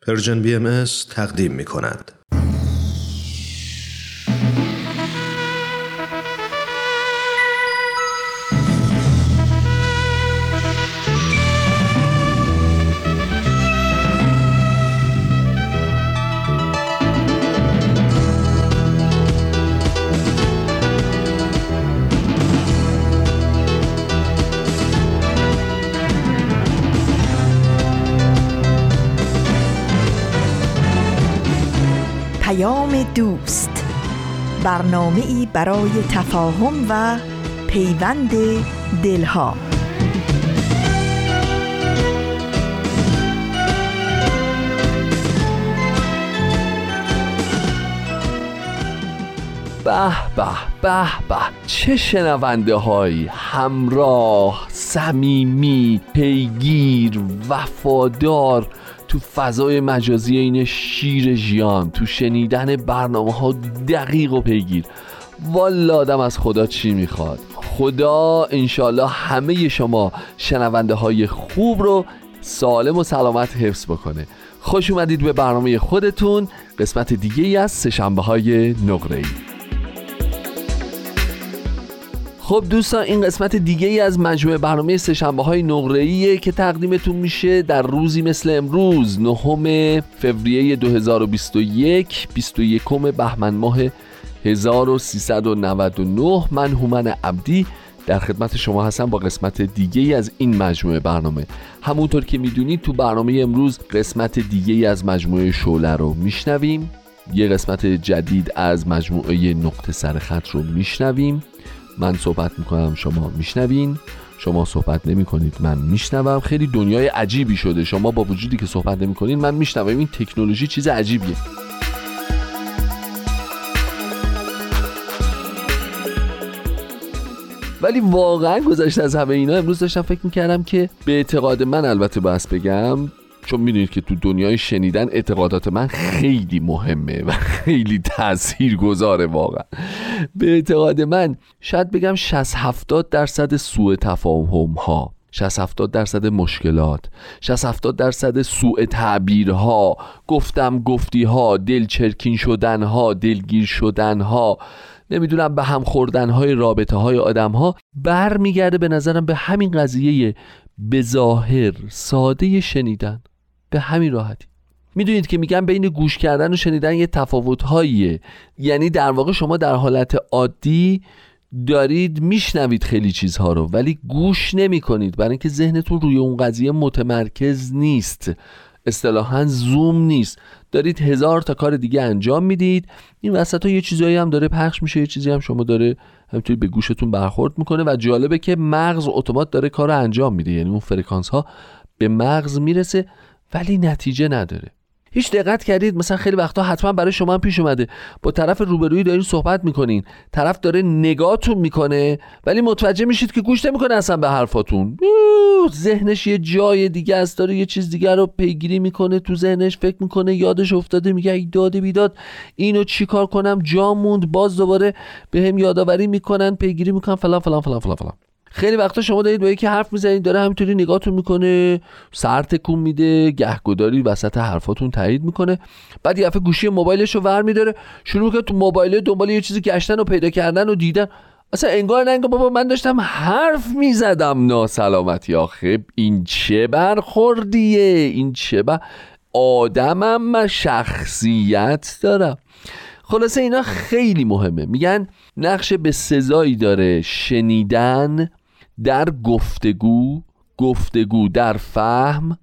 پرژن BMS تقدیم می‌کند. دوست، برنامه‌ای برای تفاهم و پیوند دلها. به به به به، چه شنونده هایی همراه، صمیمی، پیگیر، وفادار تو فضای مجازی این شیر ژیان، تو شنیدن برنامه ها دقیق و پیگیر. والا آدم از خدا چی میخواد؟ خدا انشالله همه شما شنونده های خوب رو سالم و سلامت حفظ بکنه. خوش اومدید به برنامه خودتون، قسمت دیگه ای از سه‌شنبه های نقره‌ای. خب دوستان، این قسمت دیگه ای از مجموعه برنامه سه‌شنبه های نقره‌ایه که تقدیمتون میشه در روزی مثل امروز 9 فوریه 2021 21 بهمن ماه 1399. من هومن عبدی در خدمت شما هستم با قسمت دیگه ای از این مجموعه برنامه. همونطور که میدونید تو برنامه امروز قسمت دیگه ای از مجموعه شعله رو میشنویم، یه قسمت جدید از مجموعه نقطه سر خط رو میشنویم. من صحبت میکنم، شما میشنوین، شما صحبت نمیکنید، من میشنوم. خیلی دنیای عجیبی شده، شما با وجودی که صحبت نمیکنین من میشنوم. این تکنولوژی چیز عجیبیه. ولی واقعا گذشته از همه اینا، امروز داشتم فکر میکردم که به اعتقاد من، البته باید بگم چون میدونید که تو دنیای شنیدن اعتقادات من خیلی مهمه و خیلی تاثیرگذاره. واقعا به اعتقاد من شاید بگم 60-70% سوء تفاهم ها، 60-70% مشکلات، 60-70% سوء تعبیرها، گفتی ها، دلچرکین شدن ها، دلگیر شدن ها، نمیدونم به هم خوردن های رابطه های آدم ها، برمیگرده به نظرم به همین قضیه به ظاهر ساده شنیدن. به همین راحتی. میدونید که میگن بین گوش کردن و شنیدن یه تفاوت‌هاییه. یعنی در واقع شما در حالت عادی دارید میشنوید خیلی چیزها رو، ولی گوش نمی کنید برای اینکه ذهنتون روی اون قضیه متمرکز نیست، اصطلاحاً زوم نیست، دارید 1000 تا کار دیگه انجام میدید. این وسطا یه چیزایی هم داره پخش میشه، یه چیزی هم شما داره همینطوری به گوشتون برخورد میکنه و جالبه که مغز اتومات داره کار رو انجام میده. یعنی اون فرکانس ها به مغز میرسه ولی نتیجه نداره. هیچ دقت کردید مثلا خیلی وقتا حتما برای شما هم پیش اومده با طرف روبرویی دارین صحبت میکنین، طرف داره نگاهتون میکنه ولی متوجه میشید که گوش نمیکنه اصلا به حرفاتون. ذهنش یه جای دیگه است، داره یه چیز دیگه رو پیگیری میکنه، تو ذهنش فکر میکنه، یادش افتاده، میگه ای داده بیداد اینو چی کار کنم، جا موند، باز دوباره بهم یادآوری میکنن، پیگیری میکنن، فلان فلان فلان فلان فلان. خیلی وقتا شما دارید با یکی حرف میزنید، داره همینطوری نگاهتون میکنه، سر تکون میده، گهگداری وسط حرفاتون تایید میکنه، بعد یه دفعه گوشی موبایلش رو ور میداره، شروع میکنه تو موبایل دنبال یه چیزی گشتن و پیدا کردن و دیدن. اصلا انگار نه انگار بابا من داشتم حرف میزدم. ناسلامتی آخه، این چه برخوردیه؟ این چه آدمم، من شخصیت دارم. خلاصه اینا خیلی مهمه. میگن نقش به سزایی داره شنیدن در گفتگو، گفتگو در فهم،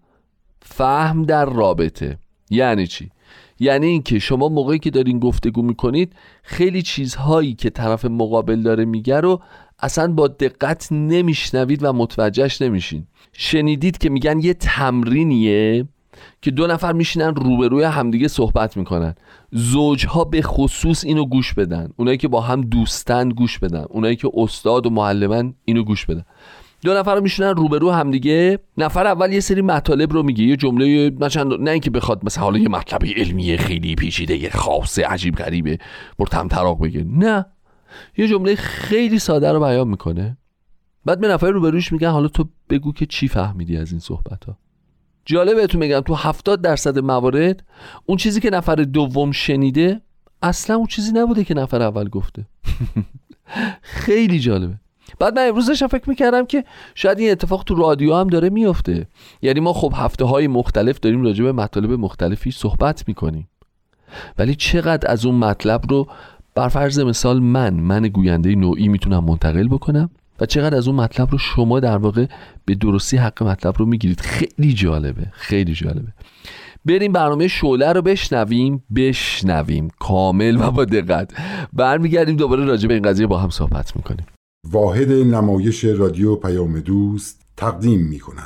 فهم در رابطه. یعنی چی؟ یعنی این که شما موقعی که دارین گفتگو میکنید خیلی چیزهایی که طرف مقابل داره میگه رو اصلا با دقت نمیشنوید و متوجهش نمیشین. شنیدید که میگن یه تمرینیه که 2 نفر میشینن روبروی همدیگه صحبت میکنن. زوجها به خصوص اینو گوش بدن، اونایی که با هم دوستن گوش بدن، اونایی که استاد و معلمن اینو گوش بدن. 2 نفر میشینن روبرو همدیگه، نفر اول یه سری مطالب رو میگه، یه جمله مثلا، نه اینکه بخواد مثلا حالا یه مطلب علمی خیلی پیچیده، یه خاصه عجیب غریبه مرتم طراق بگه، نه، یه جمله خیلی ساده رو بیان میکنه. بعد به نفر روبروش میگن حالا تو بگو که چی فهمیدی از این صحبت ها. جالب بهتون بگم تو 70% موارد اون چیزی که نفر دوم شنیده اصلا اون چیزی نبوده که نفر اول گفته. خیلی جالبه. بعد من امروز داشتم فکر میکردم که شاید این اتفاق تو رادیو هم داره میفته. یعنی ما خب هفته‌های مختلف داریم راجع به مطالب مختلفی صحبت میکنیم، ولی چقدر از اون مطلب رو بر فرض مثال من گوینده نوعی میتونم منتقل بکنم و چقدر از اون مطلب رو شما در واقع به درستی حق مطلب رو میگیرید. خیلی جالبه، خیلی جالبه. بریم برنامه شعله رو بشنویم کامل و با دقت. برمیگردیم دوباره راجع به این قضیه با هم صحبت میکنیم. واحد نمایش رادیو پیام دوست تقدیم می‌کند.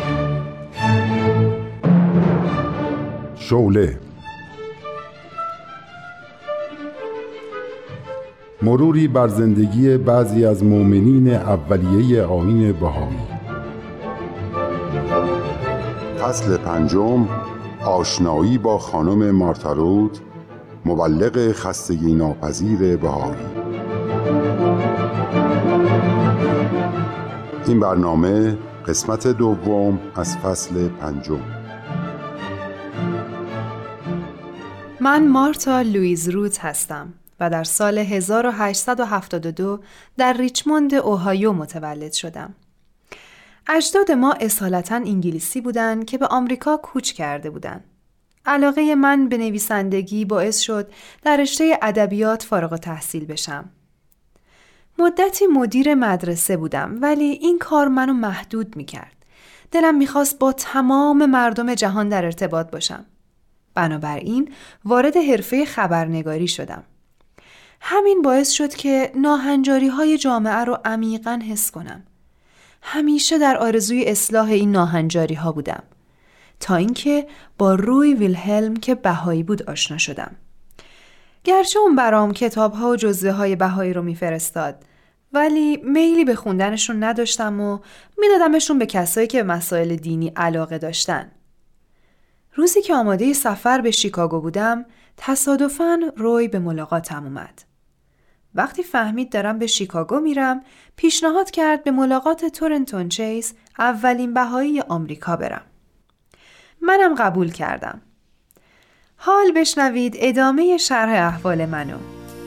شعله، مروری بر زندگی بعضی از مؤمنین اولیه آیین بهایی. فصل 5، آشنایی با خانم مارتا رود، مبلغ خستگی ناپذیر بهایی. این برنامه قسمت دوم از فصل 5. من مارتا لوئیز رود هستم و در سال 1872 در ریچموند اوهایو متولد شدم. اجداد ما اصالتاً انگلیسی بودند که به آمریکا کوچ کرده بودند. علاقه من به نویسندگی باعث شد در رشته ادبیات فارغ التحصیل بشم. مدتی مدیر مدرسه بودم، ولی این کار منو محدود می‌کرد. دلم می‌خواست با تمام مردم جهان در ارتباط باشم. بنابراین وارد حرفه خبرنگاری شدم. همین باعث شد که ناهنجاری‌های جامعه رو عمیقاً حس کنم. همیشه در آرزوی اصلاح این ناهنجاری‌ها بودم، تا اینکه با روی ویلهلم که بهایی بود آشنا شدم. گرچه اون برام کتاب‌ها و جزوه‌های بهایی رو میفرستاد، ولی میلی به خوندنشون نداشتم و میدادمشون به کسایی که به مسائل دینی علاقه داشتن. روزی که آماده سفر به شیکاگو بودم، تصادفاً روی به ملاقاتم اومد. وقتی فهمید دارم به شیکاگو میرم، پیشنهاد کرد به ملاقات تورنتون چیز، اولین بهایی آمریکا برم. منم قبول کردم. حال بشنوید ادامه شرح احوال منو.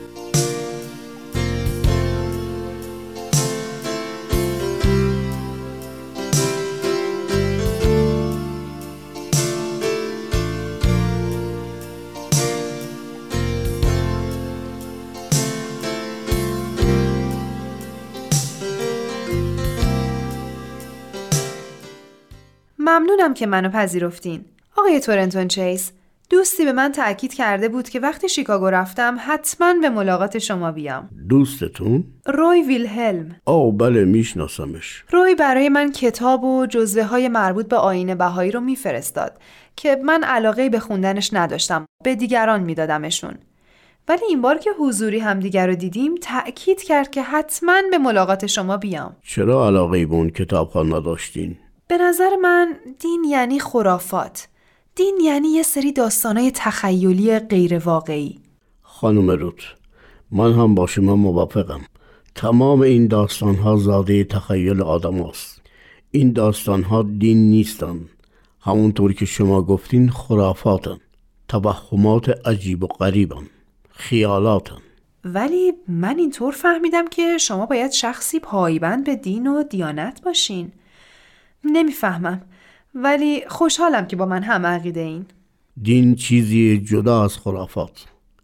ممنونم که منو پذیرفتین. آقای تورنتون چیز، دوستی به من تأکید کرده بود که وقتی شیکاگو رفتم حتما به ملاقات شما بیام. دوستتون؟ روی ویلهلم. بله میشناسمش. روی برای من کتاب و جزوه های مربوط به آیین بهایی رو میفرستاد که من علاقه به خوندنش نداشتم، به دیگران میدادمشون. ولی این بار که حضوری همدیگر رو دیدیم تأکید کرد که حتما به ملاقات شما بیام. چرا علاقه به اون کتاب‌ها نداشتین؟ به نظر من دین یعنی خرافات. دین یعنی یه سری داستانای تخیلی غیر واقعی. خانم رود، من هم با شما موافقم. تمام این داستان‌ها زاده تخیل آدم هست. این داستان‌ها دین نیستن. همونطور که شما گفتین خرافاتن. توهمات عجیب و غریبن. خیالاتن. ولی من اینطور فهمیدم که شما باید شخصی پایبند به دین و دیانت باشین. نمیفهمم، ولی خوشحالم که با من هم عقیده این. دین چیزی جدا از خرافات.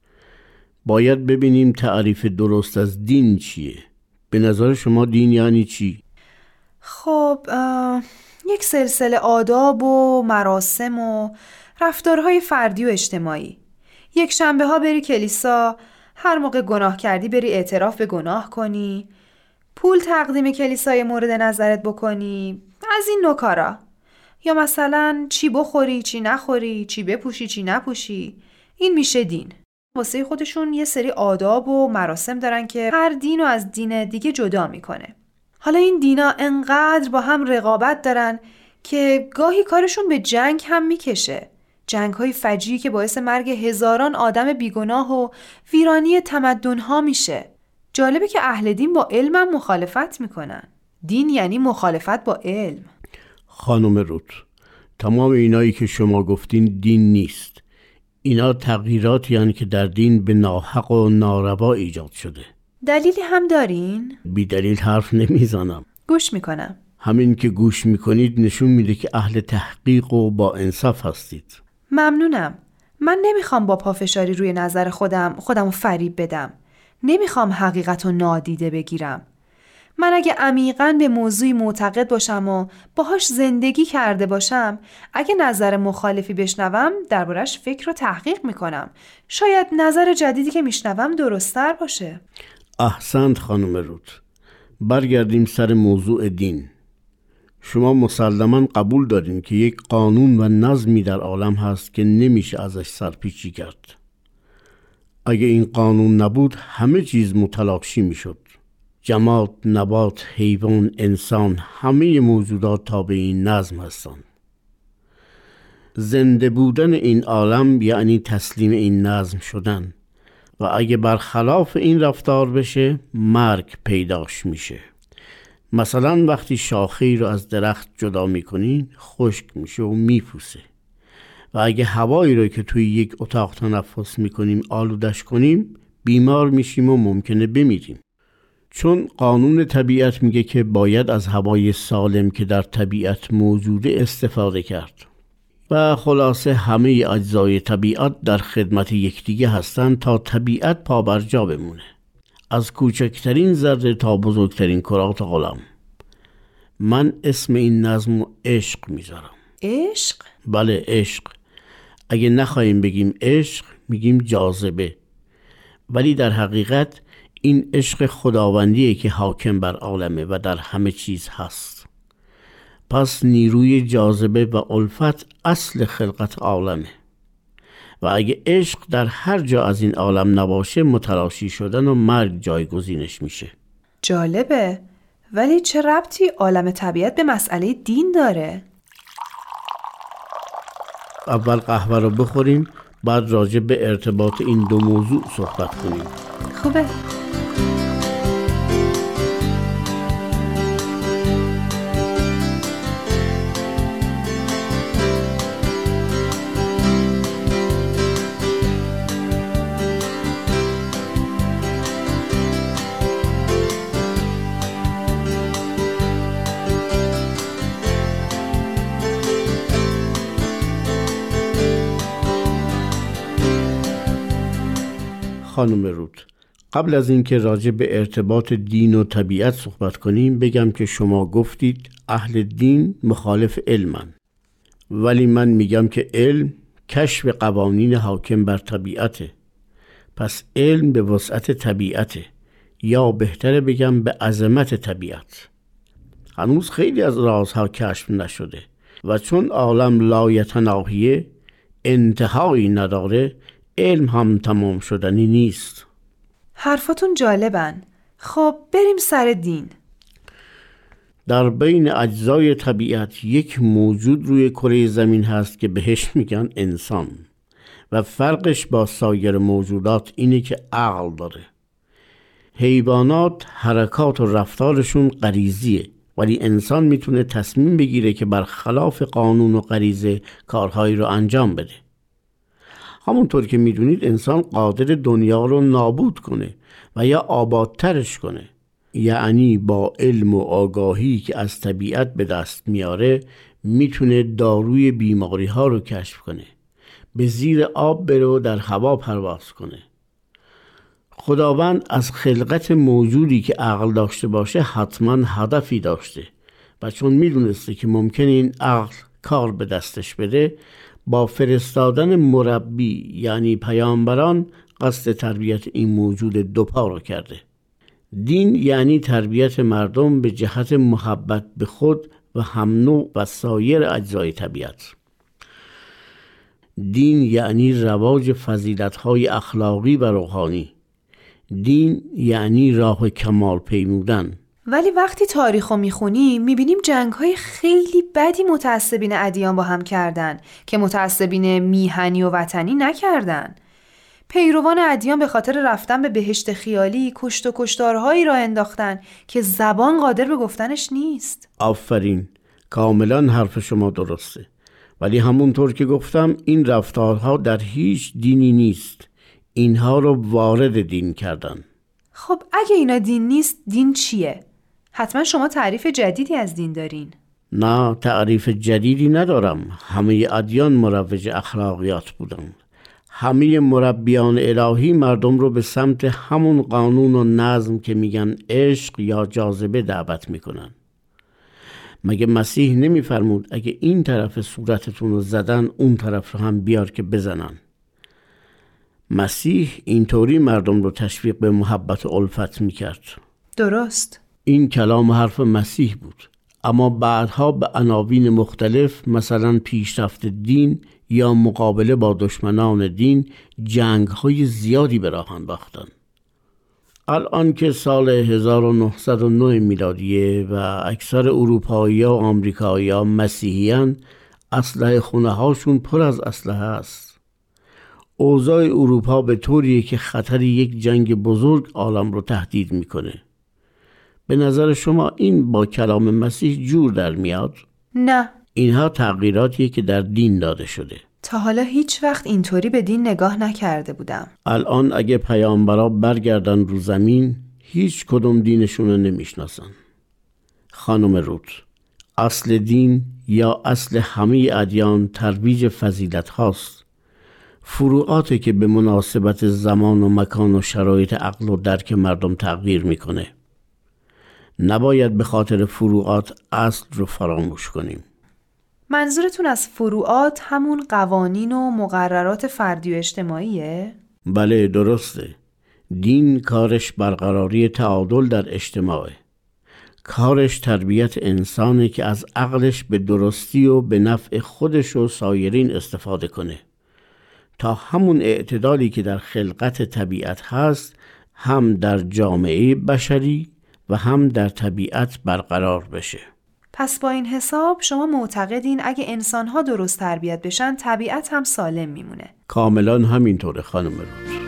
باید ببینیم تعریف درست از دین چیه. به نظر شما دین یعنی چی؟ خب یک سلسله آداب و مراسم و رفتارهای فردی و اجتماعی. یک شنبه ها بری کلیسا، هر موقع گناه کردی بری اعتراف به گناه کنی، پول تقدیم کلیسای مورد نظرت بکنی، از این نوع کارا. یا مثلا چی بخوری چی نخوری، چی بپوشی چی نپوشی. این میشه دین. واسه خودشون یه سری آداب و مراسم دارن که هر دینو از دین دیگه جدا میکنه. حالا این دینا انقدر با هم رقابت دارن که گاهی کارشون به جنگ هم میکشه. جنگ‌های فجیعی که باعث مرگ هزاران آدم بیگناه و ویرانی تمدن‌ها میشه. جالبه که اهل دین با علم هم مخالفت میکنن. دین یعنی مخالفت با علم. خانم رود، تمام اینایی که شما گفتین دین نیست. اینا تغییراتی هستند که در دین به ناحق و ناروا ایجاد شده. دلیلی هم دارین؟ بی دلیل حرف نمیزنم. گوش میکنم. همین که گوش میکنید نشون میده که اهل تحقیق و با انصاف هستید. ممنونم. من نمیخوام با پافشاری روی نظر خودم فریب بدم. نمیخوام حقیقت رو نادیده بگیرم. من اگه عمیقاً به موضوعی معتقد باشم و باهاش زندگی کرده باشم، اگه نظر مخالفی بشنوم دربارش فکر و تحقیق میکنم. شاید نظر جدیدی که میشنوم درست‌تر باشه. احسنت خانم روت. برگردیم سر موضوع دین. شما مسلماً قبول دارین که یک قانون و نظمی در عالم هست که نمیشه ازش سرپیچی کرد. اگه این قانون نبود همه چیز متلاشی میشد. جماد، نبات، حیوان، انسان، همه موجودات تابع این نظم هستند. زنده بودن این عالم یعنی تسلیم این نظم شدن و اگه برخلاف این رفتار بشه مرگ پیداش میشه. مثلا وقتی شاخه‌ای رو از درخت جدا میکنین خشک میشه و میپوسه و اگه هوایی رو که توی یک اتاق تنفس میکنیم آلودش کنیم بیمار میشیم و ممکنه بمیریم. چون قانون طبیعت میگه که باید از هوای سالم که در طبیعت موجوده استفاده کرد و خلاصه همه اجزای طبیعت در خدمت یکدیگه هستن تا طبیعت پابرجا بمونه، از کوچکترین ذره تا بزرگترین کرات عالم. من اسم این نظم رو عشق میذارم. عشق؟ بله عشق. اگه نخواهیم بگیم عشق میگیم جاذبه، ولی در حقیقت این عشق خداوندیه که حاکم بر عالمه و در همه چیز هست. پس نیروی جاذبه و الفت اصل خلقت عالمه و اگه عشق در هر جا از این عالم نباشه متلاشی شدن و مرگ جایگزینش میشه. جالبه، ولی چه ربطی عالم طبیعت به مسئله دین داره؟ اول قهوه رو بخوریم بعد راجع به ارتباط این دو موضوع صحبت کنیم. خوبه. خانم روت، قبل از اینکه راجع به ارتباط دین و طبیعت صحبت کنیم بگم که شما گفتید اهل دین مخالف علمن، ولی من میگم که علم کشف قوانین حاکم بر طبیعته. پس علم به وسعت طبیعته، یا بهتره بگم به عظمت طبیعت. هنوز خیلی از رازها کشف نشده و چون عالم لایتناهیه، انتهایی نداره، علم هم تمام شدنی نیست. حرفاتون جالبن. خب بریم سر دین. در بین اجزای طبیعت یک موجود روی کره زمین هست که بهش میگن انسان و فرقش با سایر موجودات اینه که عقل داره. حیوانات حرکات و رفتارشون غریزیه، ولی انسان میتونه تصمیم بگیره که برخلاف قانون و غریزه کارهایی رو انجام بده. همونطور که میدونید انسان قادر دنیا رو نابود کنه و یا آبادترش کنه. یعنی با علم و آگاهی که از طبیعت به دست میاره میتونه داروی بیماری ها رو کشف کنه، به زیر آب بره و در هوا پرواز کنه. خداوند از خلقت موجودی که عقل داشته باشه حتما هدفی داشته و چون میدونسته که ممکنه این عقل کار به دستش بده، با فرستادن مربی یعنی پیامبران قصد تربیت این موجود دوپا را کرده. دین یعنی تربیت مردم به جهت محبت به خود و هم نوع و سایر اجزای طبیعت. دین یعنی رواج فضیلت‌های اخلاقی و روحانی. دین یعنی راه کمال پیمودن. ولی وقتی تاریخو میخونیم میبینیم جنگ‌های خیلی بدی متعصبین ادیان با هم کردن که متعصبین میهنی و وطنی نکردن. پیروان ادیان به خاطر رفتن به بهشت خیالی کشت و کشتارهایی را انداختن که زبان قادر به گفتنش نیست. آفرین، کاملا حرف شما درسته. ولی همونطور که گفتم این رفتارها در هیچ دینی نیست. اینها رو وارد دین کردن. خب اگه اینا دین نیست، دین چیه؟ حتما شما تعریف جدیدی از دین دارین. نه، تعریف جدیدی ندارم. همه ادیان مروج اخلاقیات بودن. همه مربیان الهی مردم رو به سمت همون قانون و نظم که میگن عشق یا جاذبه دعوت میکنن. مگه مسیح نمیفرمود اگه این طرف صورتتون رو زدن اون طرف رو هم بیار که بزنن؟ مسیح اینطوری مردم رو تشویق به محبت و الفت میکرد. درست. این کلام و حرف مسیح بود، اما بعدها به عناوین مختلف مثلا پیشرفت دین یا مقابله با دشمنان دین جنگ‌های زیادی به راه انداختند. الان که سال 1909 میلادیه و اکثر اروپایی‌ها و آمریکایی‌ها مسیحیان، اسلحه خونه‌هاشون پر از اسلحه است. اوضاع اروپا به طوریه که خطر یک جنگ بزرگ عالم رو تهدید میکنه. به نظر شما این با کلام مسیح جور در میاد؟ نه. اینها تغییراتیه که در دین داده شده. تا حالا هیچ وقت اینطوری به دین نگاه نکرده بودم. الان اگه پیامبرا برگردن رو زمین، هیچ کدوم دینشون رو نمیشناسن. خانم روت، اصل دین یا اصل همه ادیان ترویج فضیلت هاست. فروعاتی که به مناسبت زمان و مکان و شرایط عقل و درک مردم تغییر میکنه. نباید به خاطر فروعات اصل رو فراموش کنیم. منظورتون از فروعات همون قوانین و مقررات فردی و اجتماعیه؟ بله، درسته. دین کارش برقراری تعادل در اجتماعه. کارش تربیت انسانه که از عقلش به درستی و به نفع خودش و سایرین استفاده کنه تا همون اعتدالی که در خلقت طبیعت هست هم در جامعه بشری و هم در طبیعت برقرار بشه. پس با این حساب شما معتقدین اگه انسان‌ها درست تربیت بشن طبیعت هم سالم میمونه؟ کاملا همینطوره خانم روت.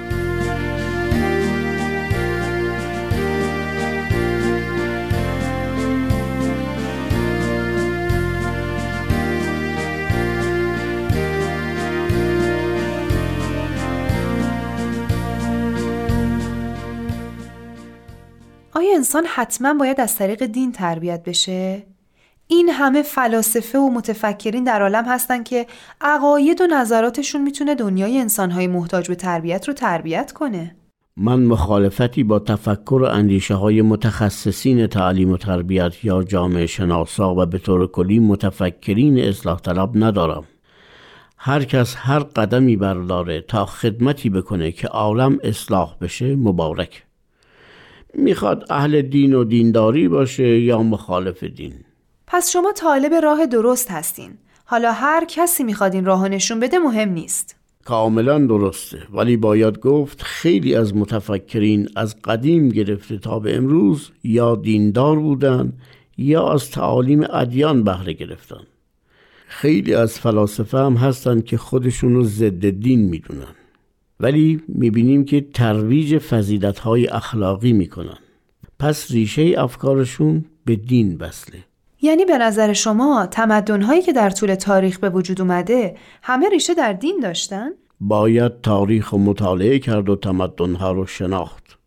آیا انسان حتما باید از طریق دین تربیت بشه؟ این همه فلاسفه و متفکرین در عالم هستن که عقاید و نظراتشون میتونه دنیای انسانهای محتاج به تربیت رو تربیت کنه. من مخالفتی با تفکر و اندیشه های متخصصین تعلیم و تربیت یا جامعه شناسا و به طور کلی متفکرین اصلاح طلب ندارم. هر کس هر قدمی برداره تا خدمتی بکنه که عالم اصلاح بشه مبارک. میخواد اهل دین و دینداری باشه یا مخالف دین. پس شما طالب راه درست هستین. حالا هر کسی میخواد این راهو نشون بده مهم نیست. کاملا درسته، ولی باید گفت خیلی از متفکرین از قدیم گرفته تا به امروز یا دیندار بودن یا از تعالیم ادیان بهره گرفتن. خیلی از فلاسفه هم هستن که خودشونو ضد دین میدونن، ولی میبینیم که ترویج فضیلت‌های اخلاقی میکنن. پس ریشه افکارشون به دین بسله. یعنی به نظر شما تمدن‌هایی که در طول تاریخ به وجود اومده همه ریشه در دین داشتن؟ باید تاریخ رو مطالعه کرد و تمدن‌ها رو شناخت.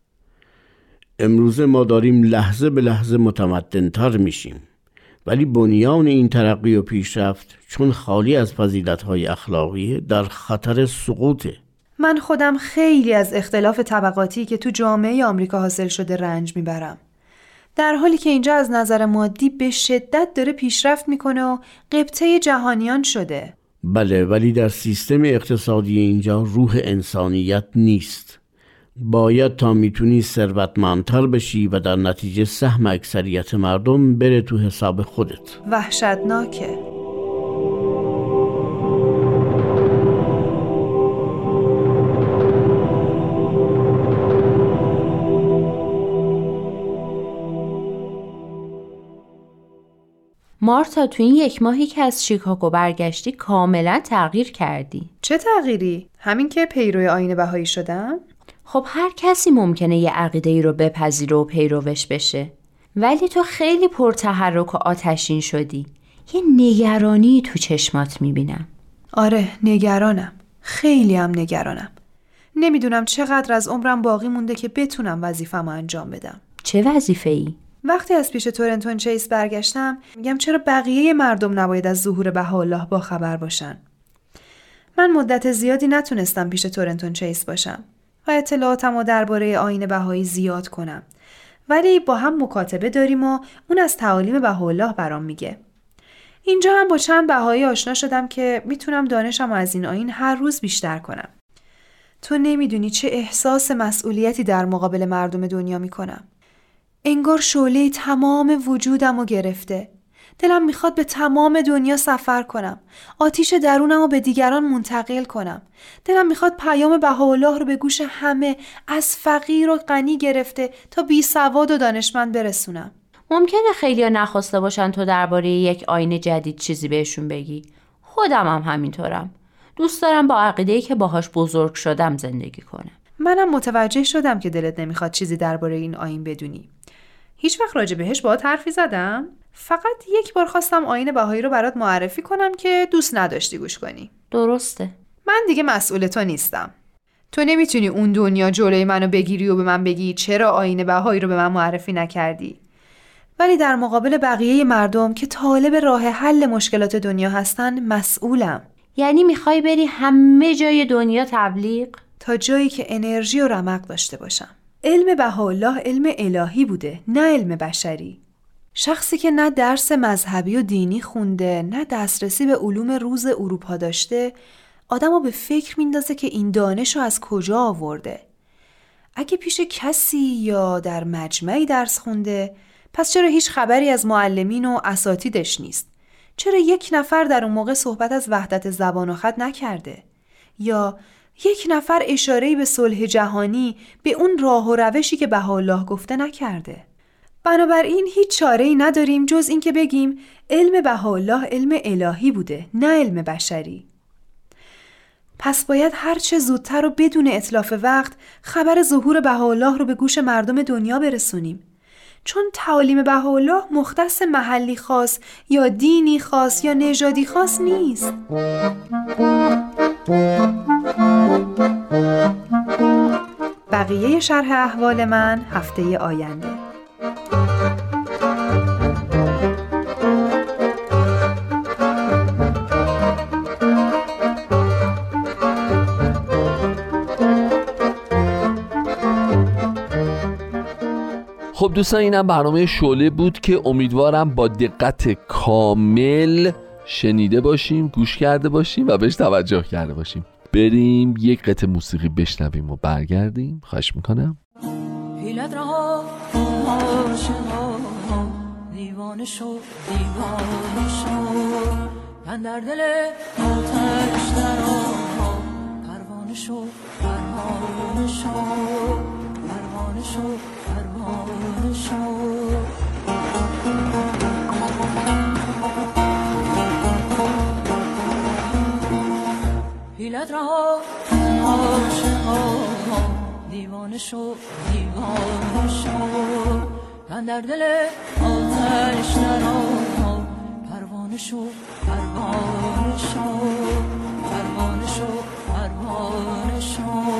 امروز ما داریم لحظه به لحظه متمدن‌تر میشیم، ولی بنیان این ترقی و پیشرفت چون خالی از فضیلت‌های اخلاقی در خطر سقوطه. من خودم خیلی از اختلاف طبقاتی که تو جامعه آمریکا حاصل شده رنج میبرم، در حالی که اینجا از نظر مادی به شدت داره پیشرفت میکنه و غبطه جهانیان شده. بله، ولی در سیستم اقتصادی اینجا روح انسانیت نیست. باید تا میتونی ثروتمندتر بشی و در نتیجه سهم اکثریت مردم بره تو حساب خودت. وحشتناکه. مارتا، تو این یک ماهی که از شیکاگو برگشتی کاملا تغییر کردی. چه تغییری؟ همین که پیرو آیین بهایی شدم؟ خب هر کسی ممکنه یه عقیده‌ای رو بپذیره و پیروش بشه، ولی تو خیلی پرتحرک و آتشین شدی. یه نگرانی تو چشمات میبینم. آره، نگرانم. خیلی هم نگرانم. نمیدونم چقدر از عمرم باقی مونده که بتونم وظیفه‌مو انجام بدم. چه وظیفه‌ای؟ وقتی از پیش تورنتون چیس برگشتم میگم چرا بقیه مردم نباید از ظهور بهاءالله با خبر باشن. من مدت زیادی نتونستم پیش تورنتون چیس باشم و اطلاعاتمو درباره آیین بهایی زیاد کنم، ولی با هم مکاتبه داریم و اون از تعالیم بهاءالله برام میگه. اینجا هم با چند بهایی آشنا شدم که میتونم دانشم از این آیین هر روز بیشتر کنم. تو نمیدونی چه احساس مسئولیتی در مقابل مردم دنیا میکنم. انگار شعله تمام وجودمو گرفته. دلم میخواد به تمام دنیا سفر کنم. آتیش درونمو به دیگران منتقل کنم. دلم میخواد پیام بهاءالله رو به گوش همه، از فقیر و غنی گرفته تا بی سواد و دانشمند برسونم. ممکنه خیلیا نخواسته باشن تو درباره یک آیین جدید چیزی بهشون بگی. خودم هم همینطورم. دوست دارم با عقیده‌ای که باهاش بزرگ شدم زندگی کنم. منم متوجه شدم که دلت نمیخواد چیزی درباره این آیین بدونی. هیچ وقت راجع بهش باهات حرفی زدم؟ فقط یک بار خواستم آیین بهایی رو برات معرفی کنم که دوست نداشتی گوش کنی. درسته. من دیگه مسئول تو نیستم. تو نمیتونی اون دنیا جلوی منو بگیری و به من بگی چرا آیین بهایی رو به من معرفی نکردی. ولی در مقابل بقیه مردم که طالب راه حل مشکلات دنیا هستن مسئولم. یعنی میخوای بری همه جای دنیا تبلیغ؟ تا جایی که انرژی و رمق داشته باشم. علم بهاءالله علم الهی بوده، نه علم بشری. شخصی که نه درس مذهبی و دینی خونده، نه دسترسی به علوم روز اروپا داشته، آدمو به فکر میندازه که این دانشو از کجا آورده. اگه پیش کسی یا در مجمعی درس خونده، پس چرا هیچ خبری از معلمین و اساتیدش نیست؟ چرا یک نفر در اون موقع صحبت از وحدت زبان و خط نکرده؟ یا یک نفر اشاره‌ای به صلح جهانی، به اون راه و روشی که بهاءالله گفته نکرده؟ بنابراین هیچ چاره‌ای نداریم جز این که بگیم علم بهاءالله علم الهی بوده، نه علم بشری. پس باید هر چه زودتر و بدون اتلاف وقت خبر ظهور بهاءالله رو به گوش مردم دنیا برسونیم. چون تعالیم بهاءالله مختص محلی خاص یا دینی خاص یا نژادی خاص نیست. بقیه شرح احوال من هفته آینده. خب دوستان، اینم برنامه شعله بود که امیدوارم با دقت کامل شنیده باشیم، گوش کرده باشیم و بهش توجه کرده باشیم. بریم یک قطعه موسیقی بشنویم و برگردیم. خواهش میکنم. حیلت رها عاشقا دیوانه شو دیوانه شو من در دل آتش درا پروانه شو پروانه شو پروانه شو پروانه شو حیلت رها عاشقا دیوانه شو دیوانه شو من در دل آتش درا پروانه شو پروانه شو پروانه شو پروانه شو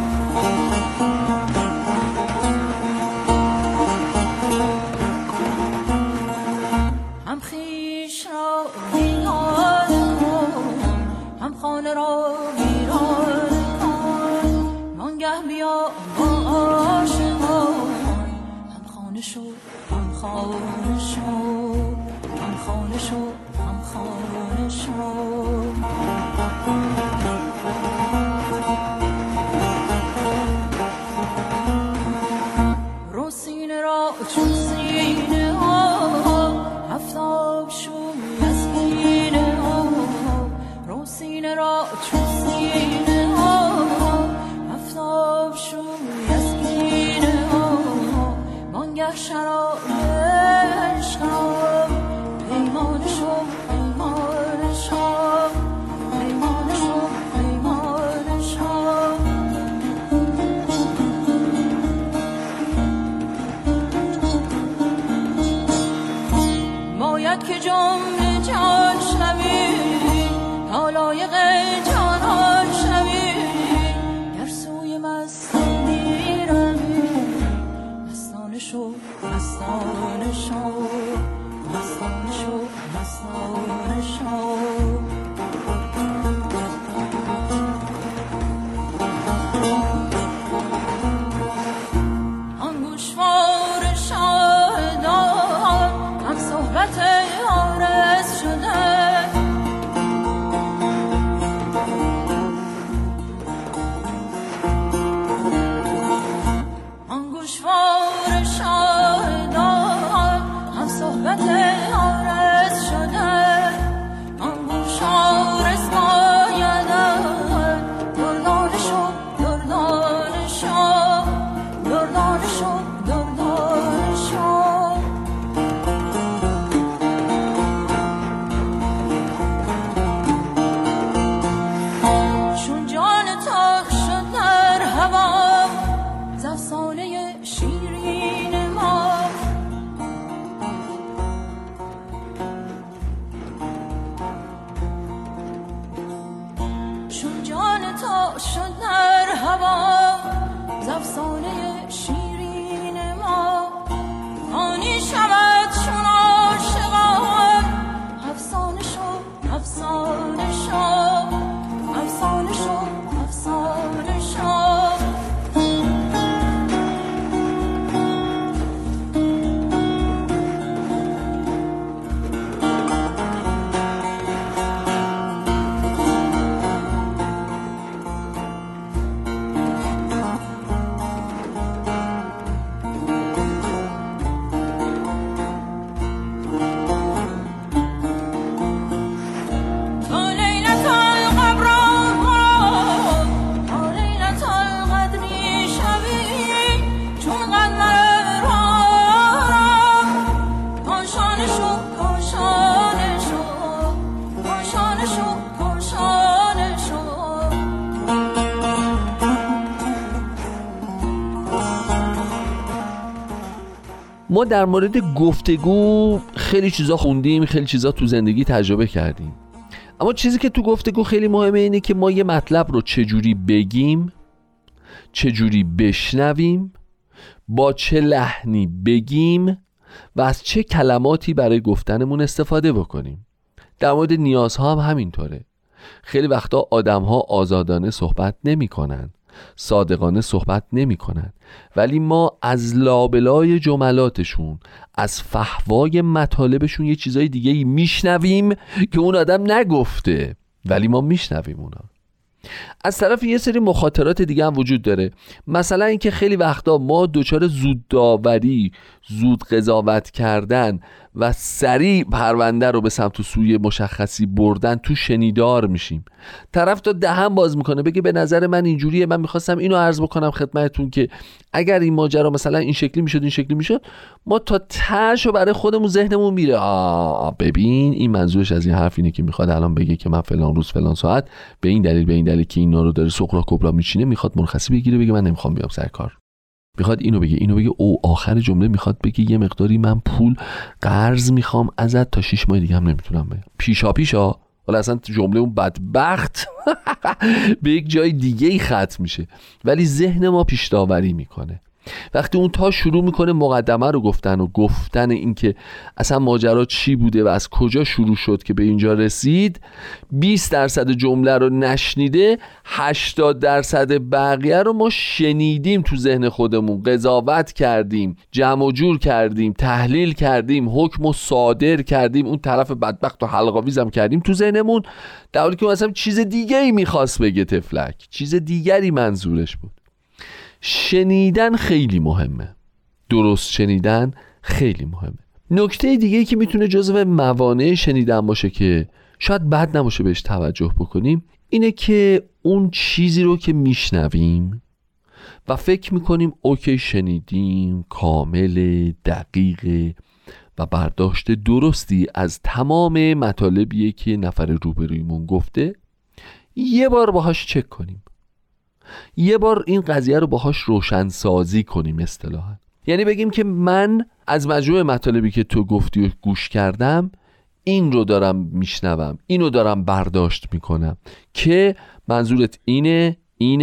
هم خویش را ویران کن هم خانه را ویران کن وانگه بیا با عاشقان هم خانه شو هم خانه شو هم خانه شو هم خانه شو رو سینه را چون سینه ها هفتاب شوی از سینه ها رو سینه را چون سینه ها هفتاب شوی از سینه ها وانگه شراب عشق پیمان شو پیمان من تا شد در هوا ز افسانه شیرین ما آنی شود چون عاشقان افسانه شد افسانه شد افسانه شد افسانه شد. ما در مورد گفتگو خیلی چیزا خوندیم، خیلی چیزا تو زندگی تجربه کردیم، اما چیزی که تو گفتگو خیلی مهمه اینه که ما یه مطلب رو چجوری بگیم، چجوری بشنویم، با چه لحنی بگیم و از چه کلماتی برای گفتنمون استفاده بکنیم. در مورد نیازها هم همینطوره. خیلی وقتا آدم‌ها آزادانه صحبت نمی‌کنن، صادقانه صحبت نمی کنن، ولی ما از لابلای جملاتشون، از فحوای مطالبشون یه چیزای دیگه میشنویم که اون آدم نگفته ولی ما میشنویم اونا. از طرف یه سری مخاطرات دیگه هم وجود داره، مثلا اینکه خیلی وقتا ما دچار زود داوری، زود قضاوت کردن و سریع پرونده رو به سمت و سوی مشخصی بردن تو شنیدار میشیم. طرف تا دهن باز میکنه بگه به نظر من اینجوریه، من میخواستم اینو عرض بکنم خدمتتون که اگر این ماجرا مثلا این شکلی میشد این شکلی میشد، ما تا تهشو برای خودمون ذهنمون میره ببین این منظورش از این حرف اینه که میخواد الان بگه که من فلان روز فلان ساعت به این دلیل که اینا رو داره سقرا کبرا میچینه میخواد مرخصی بگیره، بگه من نمیخوام بیام سر کار، میخواد اینو بگه او آخر جمله میخواد بگه یه مقداری من پول قرض میخوام ازت تا 6 ماه دیگه هم نمیتونم بگم پیشا ولی اصلا جمله اون بدبخت به یک جای دیگه ای ختم میشه، ولی ذهن ما پیش داوری میکنه. وقتی اون تا شروع میکنه مقدمه رو گفتن این که اصلا ماجرا چی بوده و از کجا شروع شد که به اینجا رسید، 20% جمله رو نشنیده، 80% بقیه رو ما شنیدیم، تو ذهن خودمون قضاوت کردیم، جمع و جور کردیم، تحلیل کردیم، حکم و صادر کردیم، اون طرف بدبخت و حلقاویزم کردیم تو ذهنمون، در حالی که مثلا چیز دیگری میخواست بگه تفلک، چیز دیگری منظورش بود. شنیدن خیلی مهمه، درست شنیدن خیلی مهمه. نکته دیگه که میتونه جزو موانع شنیدن باشه که شاید بد نباشه بهش توجه بکنیم اینه که اون چیزی رو که میشنویم و فکر میکنیم اوکی شنیدیم، کامل، دقیق و برداشت درستی از تمام مطالبیه که نفر روبرویمون گفته، یه بار باهاش چک کنیم، یه بار این قضیه رو باهاش روشن سازی کنیم اصطلاحاً. یعنی بگیم که من از مجموع مطالبی که تو گفتی و گوش کردم این رو دارم میشنوم، اینو دارم برداشت میکنم که منظورت اینه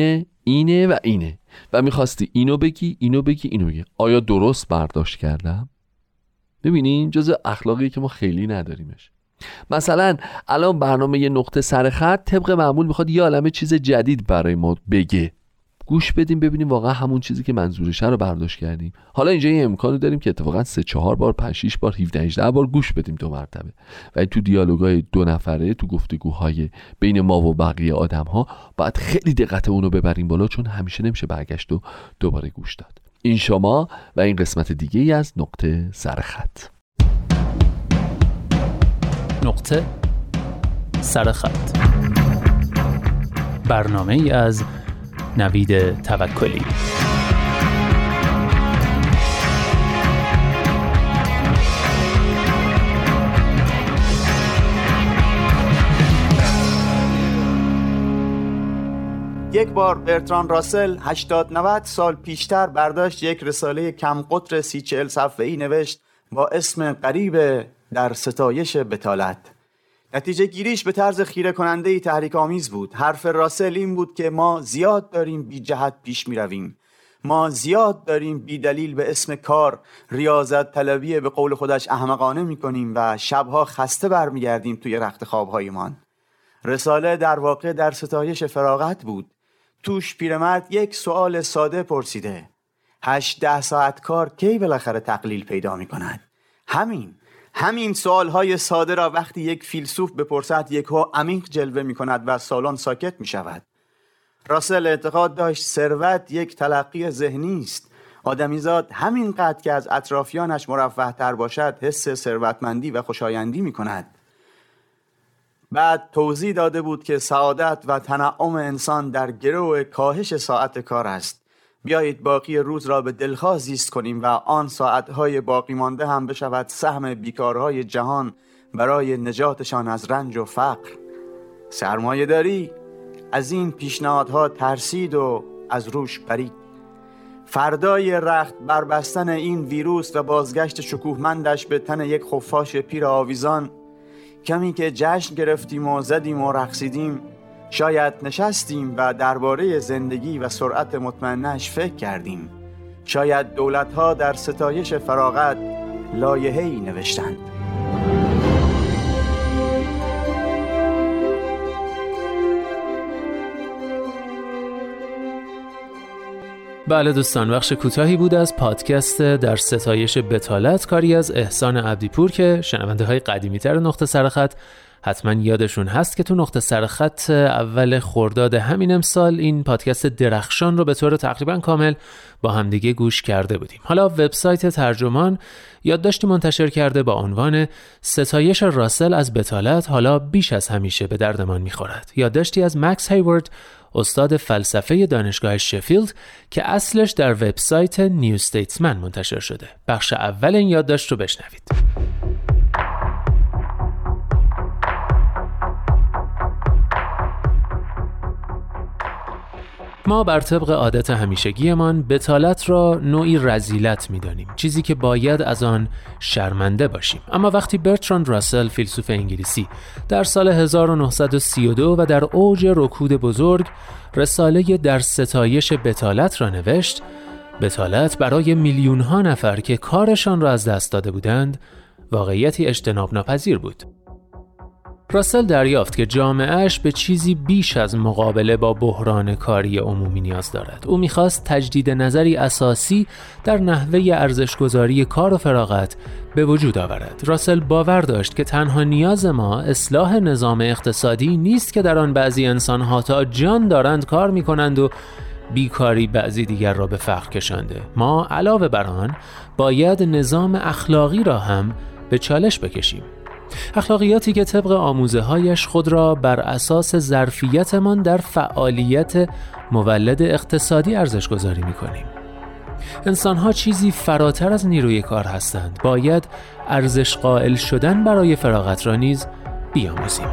و اینه و میخواستی اینو بگی. آیا درست برداشت کردم؟ ببینین جزء اخلاقی که ما خیلی نداریمش. مثلا الان برنامه یه نقطه سر خط طبق معمول میخواد یه عالمه چیز جدید برای ما بگه، گوش بدیم ببینیم واقعا همون چیزی که منظورشه رو برداشت کردیم. حالا اینجا یه امکانو داریم که اتفاقا 3-4 بار 5-6 بار 17-18 بار گوش بدیم 2 مرتبه، ولی تو دیالوگای 2 نفره، تو گفتگوهای بین ما و بقیه آدم‌ها باید خیلی دقتمون رو ببریم بالا، چون همیشه نمیشه برگشت و دوباره گوش داد. این شما و این قسمت دیگه‌ای از نقطه سر خط. نقطه سر خط، برنامه ای از نوید توکلی. یک بار برتراند راسل 80-90 سال پیشتر برداشت یک رساله کم قطر 30-40 صفحه‌ای نوشت با اسم غریب در ستایش بتالت. نتیجه گیریش به طرز خیره کننده‌ای تحریک آمیز بود. حرف راسل این بود که ما زیاد داریم بی جهت پیش می رویم. ما زیاد داریم بی دلیل به اسم کار ریاضت طلبی به قول خودش احمقانه می کنیم و شبها خسته برمیگردیم توی رخت خوابهایمان. رساله در واقع در ستایش فراغت بود. توش پیرمرد یک سوال ساده پرسیده: 8-10 ساعت کار کی بالاخره تقلیل پیدا می کند؟ همین سوالهای ساده را وقتی یک فیلسوف بپرسد یکو عمیق جلوه می کند و سالن ساکت می شود. راسل اعتقاد داشت ثروت یک تلقی ذهنی است. آدمیزاد همینقدر که از اطرافیانش مرفه تر باشد حس ثروتمندی و خوشایندی می کند. بعد توضیح داده بود که سعادت و تنعم انسان در گرو کاهش ساعت کار است. بیایید باقی روز را به دلخواه زیست کنیم و آن ساعتهای باقی مانده هم بشود سهم بیکارهای جهان برای نجاتشان از رنج و فقر. سرمایه داری از این پیشنهادها ترسید و از روش پرید. فردای رخت بربستن این ویروس و بازگشت شکوهمندش به تن یک خفاش پیر آویزان، کمی که جشن گرفتیم و زدیم و رقصیدیم، شاید نشستیم و درباره زندگی و سرعت مطمئنش فکر کردیم. شاید دولت‌ها در ستایش فراغت لایحه‌ای نوشتند. بله دوستان، بخش کوتاهی بود از پادکست در ستایش بتالت، کاری از احسان عبدیپور که شنونده های قدیمی تر نقطه سرخط حتما یادشون هست که تو نقطه سرخط اول خرداد همین امسال این پادکست درخشان رو به طور تقریبا کامل با همدیگه گوش کرده بودیم. حالا وبسایت ترجمان یادداشتی منتشر کرده با عنوان ستایش راسل از بتالت حالا بیش از همیشه به دردمان میخورد. یادداشتی از مکس هیوارد، استاد فلسفه دانشگاه شفیلد که اصلش در وبسایت نیو استیتسمن منتشر شده. بخش اول این یادداشت رو بشنوید. ما بر طبق عادت همیشگیمان بتالت را نوعی رذیلت می‌دانیم، چیزی که باید از آن شرمنده باشیم. اما وقتی برتراند راسل، فیلسوف انگلیسی، در سال 1932 و در اوج رکود بزرگ رساله در ستایش بتالت را نوشت، بتالت برای میلیون‌ها نفر که کارشان را از دست داده بودند واقعیتی اجتناب ناپذیر بود. راسل دریافت که جامعهش به چیزی بیش از مقابله با بحران کاری عمومی نیاز دارد. او می‌خواست تجدید نظری اساسی در نحوه ارزش‌گذاری کار و فراغت به وجود آورد. راسل باور داشت که تنها نیاز ما اصلاح نظام اقتصادی نیست که در آن بعضی انسان‌ها تا جان دارند کار می‌کنند و بیکاری بعضی دیگر را به فقر کشانده. ما علاوه بر آن باید نظام اخلاقی را هم به چالش بکشیم. اخلاقیاتی که طبق آموزه‌هایش خود را بر اساس ظرفیتمان در فعالیت مولد اقتصادی ارزش گذاری می‌کنیم. انسان‌ها چیزی فراتر از نیروی کار هستند. باید ارزش قائل شدن برای فراغت را نیز بیاموزیم.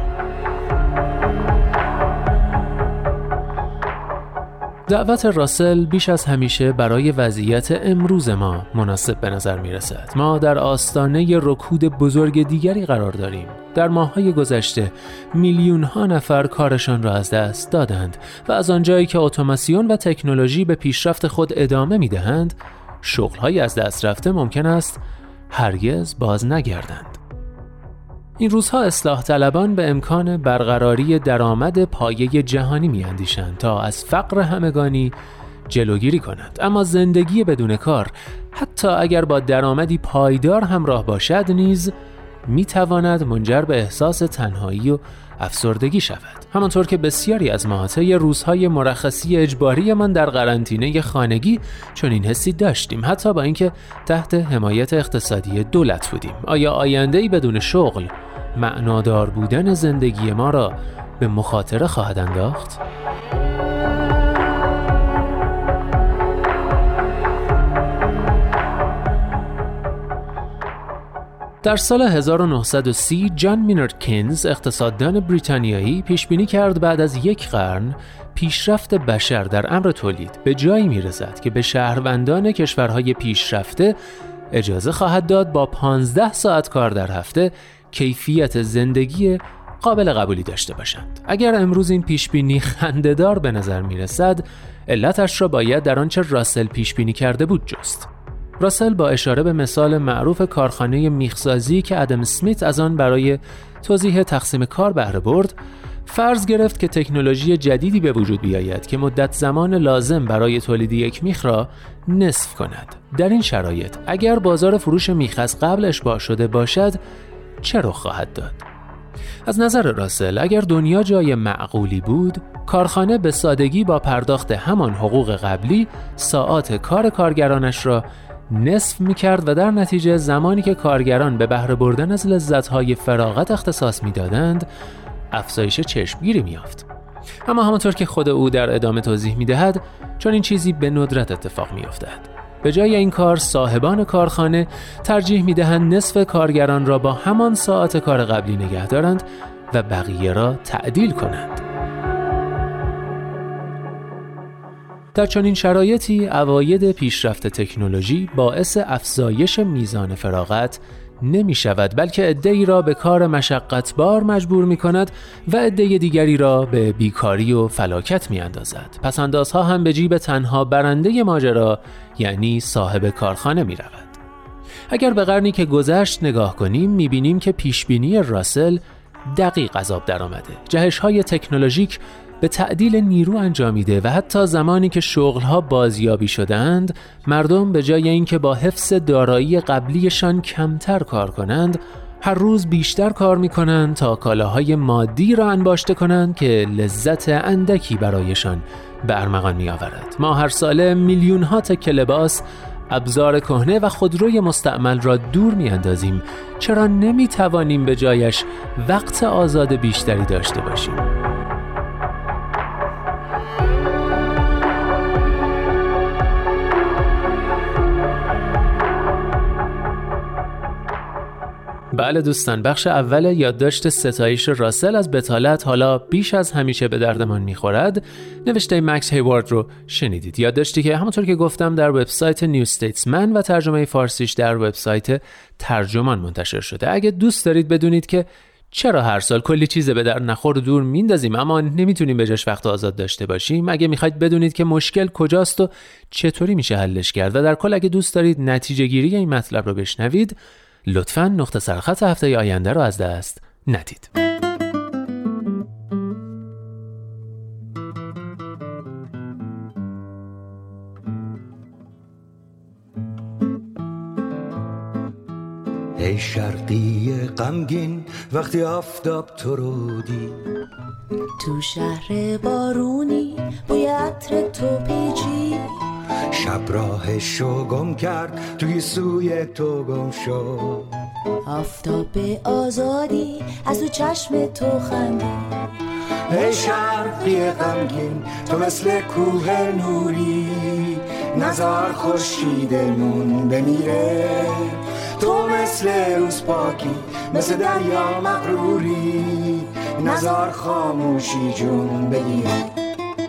دعوت راسل بیش از همیشه برای وضعیت امروز ما مناسب به نظر می رسد. ما در آستانه رکود بزرگ دیگری قرار داریم. در ماه‌های گذشته میلیون‌ها نفر کارشان را از دست دادند و از آنجایی که اتوماسیون و تکنولوژی به پیشرفت خود ادامه می دهند، شغل‌های از دست رفته ممکن است هرگز باز نگردند. این روزها اصلاح طلبان به امکان برقراری درآمد پایه جهانی می‌اندیشند تا از فقر همگانی جلوگیری کنند. اما زندگی بدون کار، حتی اگر با درآمدی پایدار همراه باشد، نیز می‌تواند منجر به احساس تنهایی و افسردگی شود. همانطور که بسیاری از ما طی روزهای مرخصی اجباری من در قرنطینه خانگی چنین حسی داشتیم، حتی با اینکه تحت حمایت اقتصادی دولت بودیم. آیا آینده‌ای بدون شغل معنادار بودن زندگی ما را به مخاطره خواهد انداخت؟ در سال 1930 جان مینارد کینز، اقتصاددان بریتانیایی، پیشبینی کرد بعد از یک قرن پیشرفت بشر در امر تولید به جایی میرسد که به شهروندان کشورهای پیشرفته اجازه خواهد داد با 15 ساعت کار در هفته کیفیت زندگی قابل قبولی داشته باشند. اگر امروز این پیشبینی خنده‌دار به نظر میرسد، علتش را باید در آنچه راسل پیشبینی کرده بود جست. راسل با اشاره به مثال معروف کارخانه میخسازی که ادم اسمیت از آن برای توضیح تقسیم کار بهره برد، فرض گرفت که تکنولوژی جدیدی به وجود بیاید که مدت زمان لازم برای تولید یک میخ را نصف کند. در این شرایط اگر بازار فروش میخ از قبل اشباع شده باشد، چه رخ خواهد داد؟ از نظر راسل اگر دنیا جای معقولی بود، کارخانه به سادگی با پرداخت همان حقوق قبلی ساعات کار کارگرانش را نصف می‌کرد و در نتیجه زمانی که کارگران به بهره بردن از لذت‌های فراغت اختصاص می‌دادند، افزایش چشمگیری می‌یافت. اما همانطور که خود او در ادامه توضیح می‌دهد، چون این چیزی به ندرت اتفاق می‌افتد. به جای این کار صاحبان کارخانه ترجیح می‌دهند نصف کارگران را با همان ساعت کار قبلی نگه دارند و بقیه را تعدیل کنند. در چنین شرایطی عواید پیشرفت تکنولوژی باعث افزایش میزان فراغت نمی شود، بلکه عده‌ای را به کار مشقتبار مجبور می کند و عده دیگری را به بیکاری و فلاکت می اندازد. پس اندازها هم به جیب تنها برنده ماجرا یعنی صاحب کارخانه می رود. اگر به قرنی که گذشت نگاه کنیم می بینیم که پیشبینی راسل دقیق از آب در آمده. جهش‌های تکنولوژیک به تعدیل نیرو انجامیده و حتی زمانی که شغل‌ها بازیابی شدند، مردم به جای اینکه با حفظ دارایی قبلیشان کمتر کار کنند، هر روز بیشتر کار می‌کنند تا کالاهای مادی را انباشته کنند که لذت اندکی برایشان به ارمغان می‌آورد. ما هر ساله میلیون‌ها تکه لباس، ابزار کهنه و خودروی مستعمل را دور می‌اندازیم. چرا نمی‌توانیم به جایش وقت آزاد بیشتری داشته باشیم؟ بله دوستان، بخش اول یادداشت ستایش راسل از بتالت حالا بیش از همیشه به دردمان میخورد نوشته مکس هیوارد رو شنیدید. یادداشتی که همونطور که گفتم در وبسایت نیو استیتسمن و ترجمه فارسیش در وبسایت ترجمان منتشر شده. اگه دوست دارید بدونید که چرا هر سال کلی چیز به در نخور و دور میندازیم اما نمیتونیم به جاش وقت آزاد داشته باشیم، اگه میخواید بدونید که مشکل کجاست و چطوری میشه حلش کرد و در کل اگه دوست دارید نتیجه گیری این مطلب رو بشنوید، لطفاً نقطه سرخط هفته آینده رو از دست ندید. ای شرقی غمگین وقتی آفتاب تو رو دید، تو شهر بارونی بوی عطر تو پیچی، شب راهشو گم کرد توی سوی تو گم شد، آفتاب آزادی از تو چشم تو خندید. ای شرقی غمگین تو مثل کوه نوری، نزار خورشیدمون بمیره، تو مثل روز پاکی مثل دریا مغروری، نزار خاموشی جون بگیره.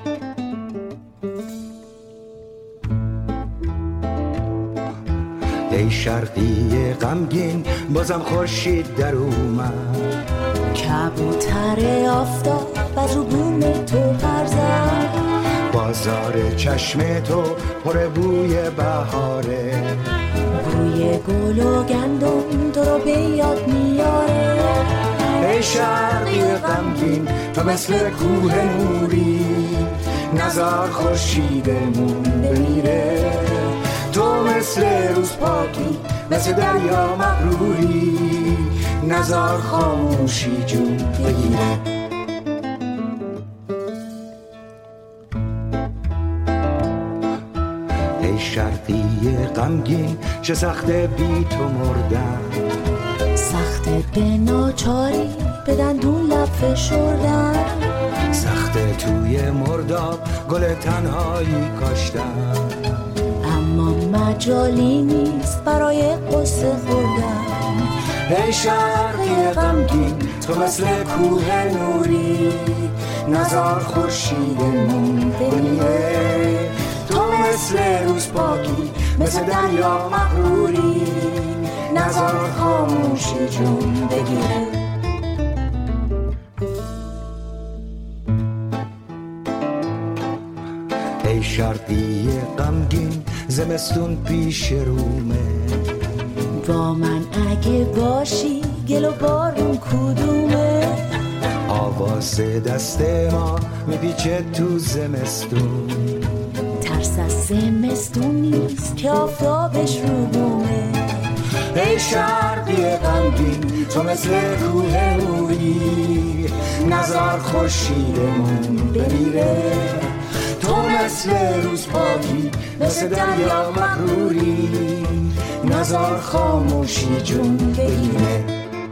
ای شرقی غمگین بازم خورشید در اومد، کبوتر آفتاب از رو بوم تو پر زد، بازار چشم تو پر بوی بهاره، بوی گل و گندم تو رو به یاد میاره. ای شرقی غمگین تو مثل کوه نوری، نزار خورشیدمون بمیره، تو مثل روز پاکی مثل دریا مغروری، نزار خاموشی جون بگیره. ای شرقی غمگین چه سخته بی تو مردن، سخته به ناچاری به دندون لب فشردن، سخته توی مرداب گل تنهایی کاشتن، اما مجالی نیست برای قصه خوردن. ای شرقی غمگین تو مثل کوه نوری، نزار خورشیدمون بمیره، تو مثل روز پاکی مثل دریا مغروری، نزار خاموشی جون بگیره. ای شرقی غمگین زمستون پیش رومه. با من اگه باشی گل و بارون کدومه؟ آواز دست ما میپیچه تو زمستون. ترس از زمستون نیست که آفتابش رو بومه. ای شرقی غمگین تو مثل کوه نوری، نزار خورشیدمون بمیره. تو مثل روز پاکی مثل دریا مغروری، نزار خاموشی جون بگیره.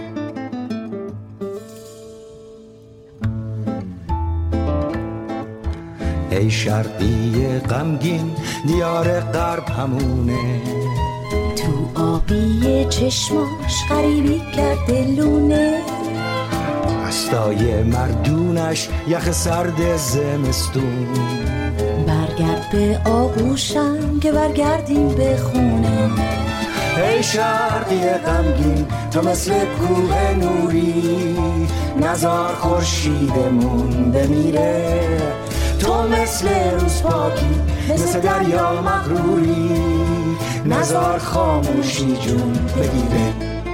ای شرقی غمگین دیار غرب همونه، تو آبی چشماش غریبی کرده لونه. هستای مردونش یخ سرد زمستون. برگرد به آغوشم که برگردیم به خونه. ای شرقی غمگین تو مثل کوه نوری، نزار خورشیدمون بمیره. تو مثل روز پاکی مثل دریا مغروری، نزار خاموشی جون بگیره.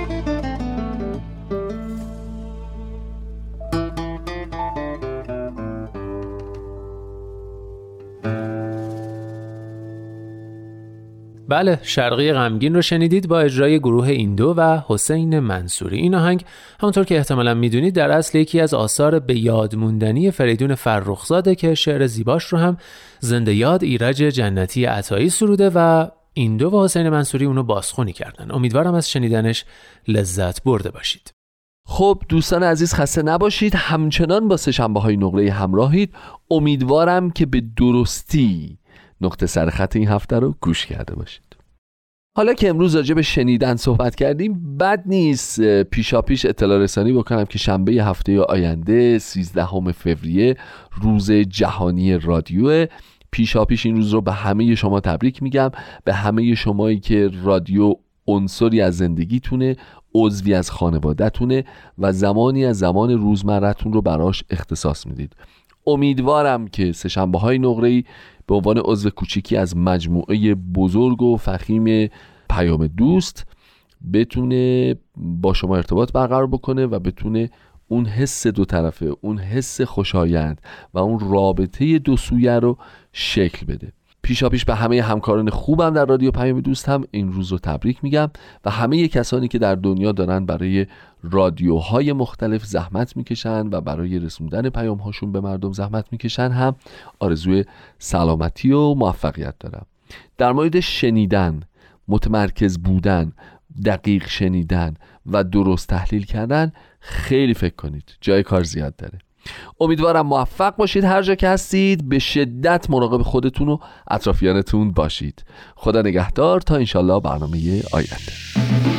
بله، شرقی غمگین رو شنیدید با اجرای گروه ایندو و حسین منصوری. این آهنگ همونطور که احتمالاً میدونید در اصل یکی از آثار به یاد موندنی فریدون فرخزاده که شعر زیباش رو هم زنده یاد ایرج جنتی عطایی سروده و ایندو و حسین منصوری اونو بازخوانی کردن. امیدوارم از شنیدنش لذت برده باشید. خب دوستان عزیز خسته نباشید، همچنان با سه‌شنبه‌های نقره همراهید. امیدوارم که به درستی نقطه سرخط این هفته رو گوش کرده باشید. حالا که امروز راجع به شنیدن صحبت کردیم، بد نیست پیشاپیش اطلاع رسانی بکنم که شنبه هفته آینده 13 فوریه روز جهانی رادیوه. پیشاپیش این روز رو به همه شما تبریک میگم، به همه شمایی که رادیو عنصری از زندگیتونه، عضوی از خانواده‌تونه و زمانی از زمان روزمره‌تون رو براش اختصاص میدید. امیدوارم که سه‌شنبه‌های نقره‌ای به عنوان عضو کوچیکی از مجموعه بزرگ و فخیم پیام دوست بتونه با شما ارتباط برقرار بکنه و بتونه اون حس دو طرفه، اون حس خوشایند و اون رابطه دو سویه رو شکل بده. پیشاپیش به همه همکاران خوبم در رادیو پیام دوست هم این روز رو تبریک میگم و همه کسانی که در دنیا دارن برای رادیوهای مختلف زحمت میکشن و برای رسوندن پیامهاشون به مردم زحمت میکشن هم آرزوی سلامتی و موفقیت دارم. در مورد شنیدن، متمرکز بودن، دقیق شنیدن و درست تحلیل کردن خیلی فکر کنید، جای کار زیاد داره. امیدوارم موفق باشید هر جا که هستید. به شدت مراقب خودتون و اطرافیانتون باشید. خدا نگهدار تا انشالله برنامه آینده.